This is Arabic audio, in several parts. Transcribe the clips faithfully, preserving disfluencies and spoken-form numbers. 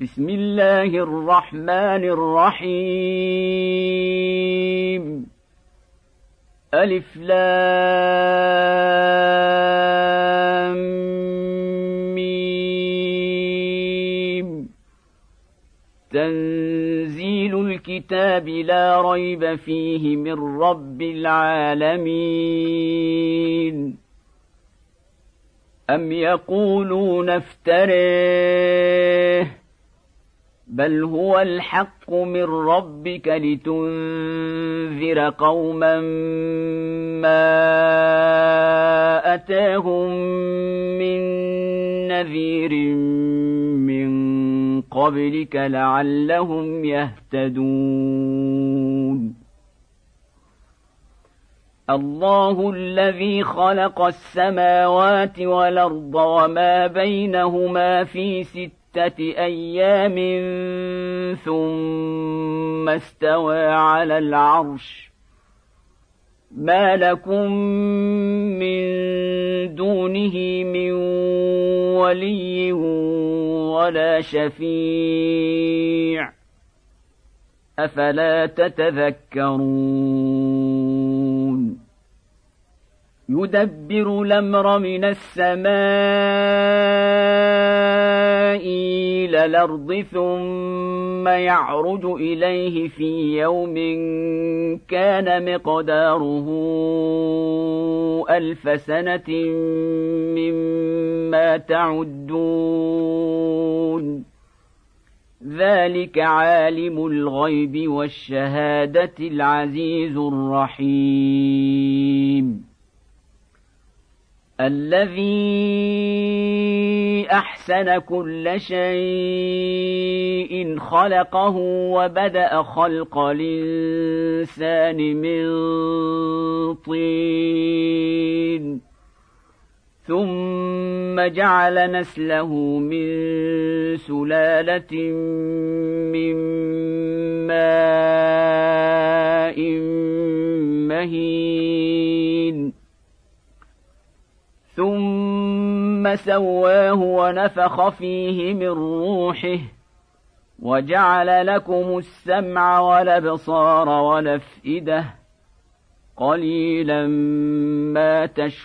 بسم الله الرحمن الرحيم ألف لام ميم تنزيل الكتاب لا ريب فيه من رب العالمين أم يقولون افتريه بل هو الحق من ربك لتنذر قوما ما أتاهم من نذير من قبلك لعلهم يهتدون الله الذي خلق السماوات والأرض وما بينهما في ستة أيام ثم استوى على العرش ما لكم من دونه من ولي ولا شفيع أفلا تتذكرون يدبر الأمر من السماء إلى الأرض ثم يعرج إليه في يوم كان مقداره ألف سنة مما تعدون ذلك عالم الغيب والشهادة العزيز الرحيم الذي أحسن كل شيء خلقه وبدأ خلق الإنسان من طين ثم جعل نسله من سلالة من ماء مهين ثم سواه ونفخ فيه من روحه وجعل لكم السمع والأبصار والأفئدة قليلا ما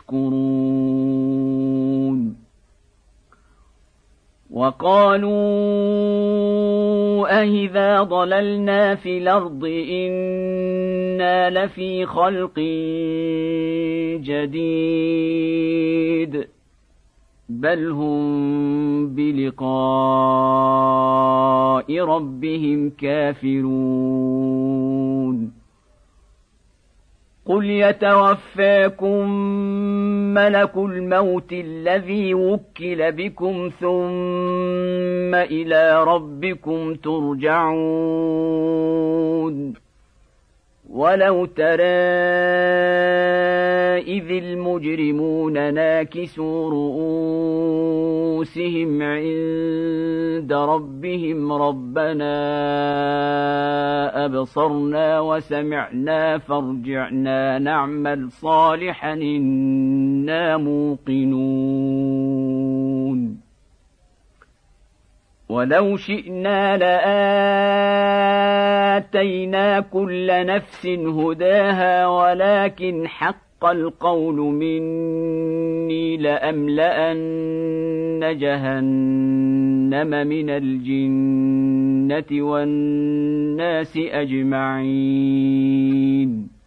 تشكرون وقالوا أإذا ضللنا في الأرض إنا لفي خلق جديد بل هم بلقاء ربهم كافرون قل يتوفاكم ملك الموت الذي وكل بكم ثم إلى ربكم ترجعون ولو ترى إذ المجرمون ناكسوا رؤوسهم عند ربهم ربنا أبصرنا وسمعنا فارجعنا نعمل صالحا إنا موقنون ولو شئنا لآتينا كل نفس هداها ولكن حق القول مني لأملأن جهنم من الجنة والناس أجمعين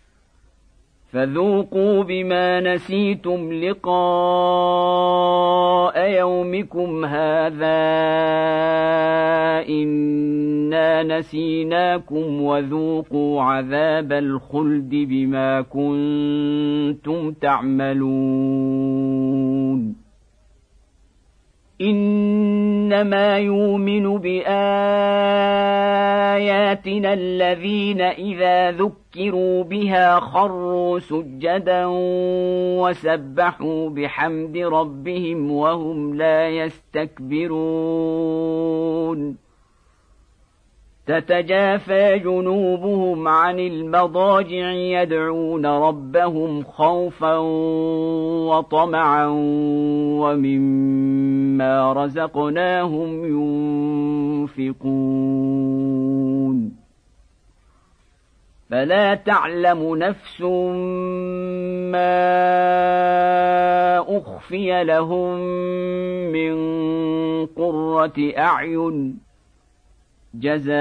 فذوقوا بما نسيتم لقاء يومكم هذا إنا نسيناكم وذوقوا عذاب الخلد بما كنتم تعملون إنما يؤمن بآياتنا الذين إذا ذكروا بها خروا سجدا وسبحوا بحمد ربهم وهم لا يستكبرون تتجافى جنوبهم عن المضاجع يدعون ربهم خوفا وطمعا ومما رزقناهم ينفقون ينفقون فلا تعلم نفس ما أخفي لهم من قرة أعين جزاء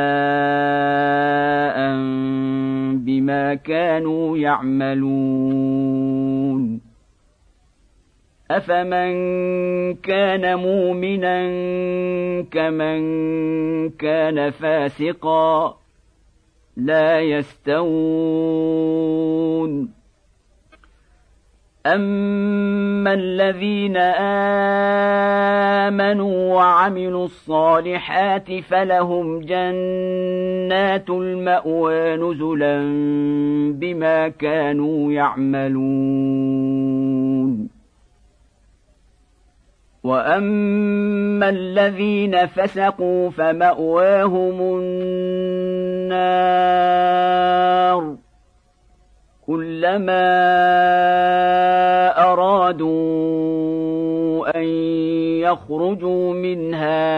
بما كانوا يعملون أفمن كان مؤمنا كمن كان فاسقا لا يستوون أما الذين آمنوا وعملوا الصالحات فلهم جنات المأوى نزلا بما كانوا يعملون وأما الذين فسقوا فمأواهم النار كلما أرادوا أن يخرجوا منها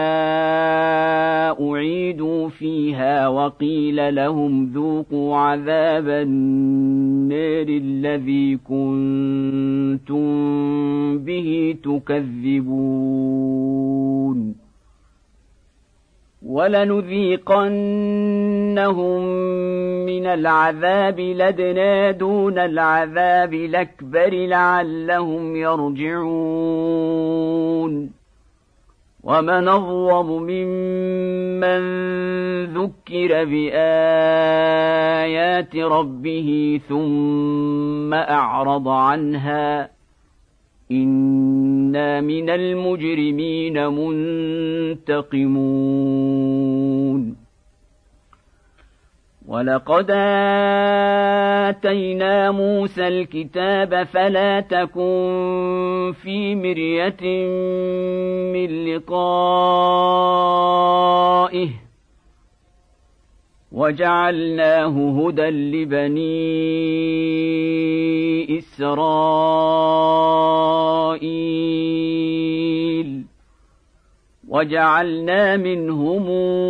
أعيدوا فيها وقيل لهم ذوقوا عذاب النار الذي كنتم به تكذبون ولنذيقنهم من العذاب الأدنى دون العذاب الأكبر لعلهم يرجعون ومن أظلم ممن ذكر بآيات ربه ثم أعرض عنها إنا من المجرمين منتقمون ولقد آتينا موسى الكتاب فلا تكن في مرية من لقائه وجعلناه هدى لبني إسرائيل وجعلنا منهم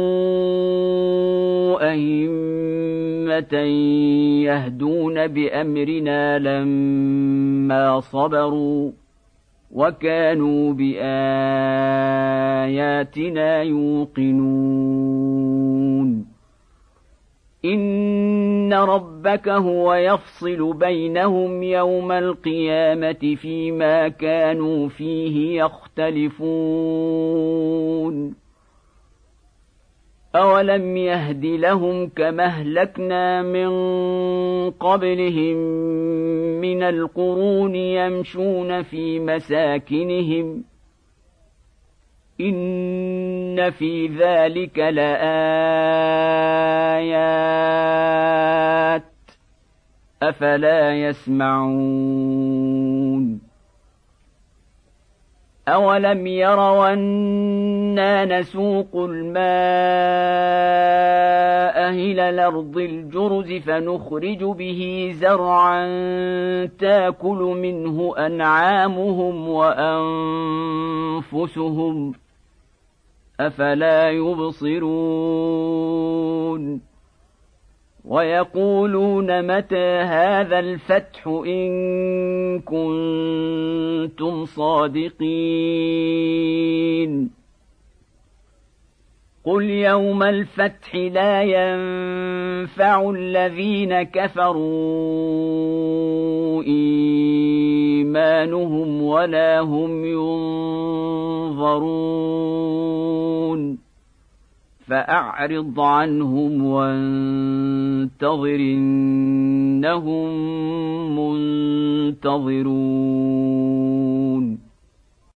أئمة يهدون بأمرنا لما صبروا وكانوا بآياتنا يوقنون إن ربك هو يفصل بينهم يوم القيامة فيما كانوا فيه يختلفون أولم يهد لهم كما أهلكنا من قبلهم من القرون يمشون في مساكنهم إن في ذلك لآيات أفلا يسمعون أولم يروا أنا نسوق الماء إلى الأرض الجرز فنخرج به زرعا تاكل منه أنعامهم وأنفسهم أفلا يبصرون ويقولون متى هذا الفتح إن كنتم صادقين قل يوم الفتح لا ينفع الذين كفروا إيمانهم ولا هم ينظرون فأعرض عنهم وانتظر إنهم منتظرون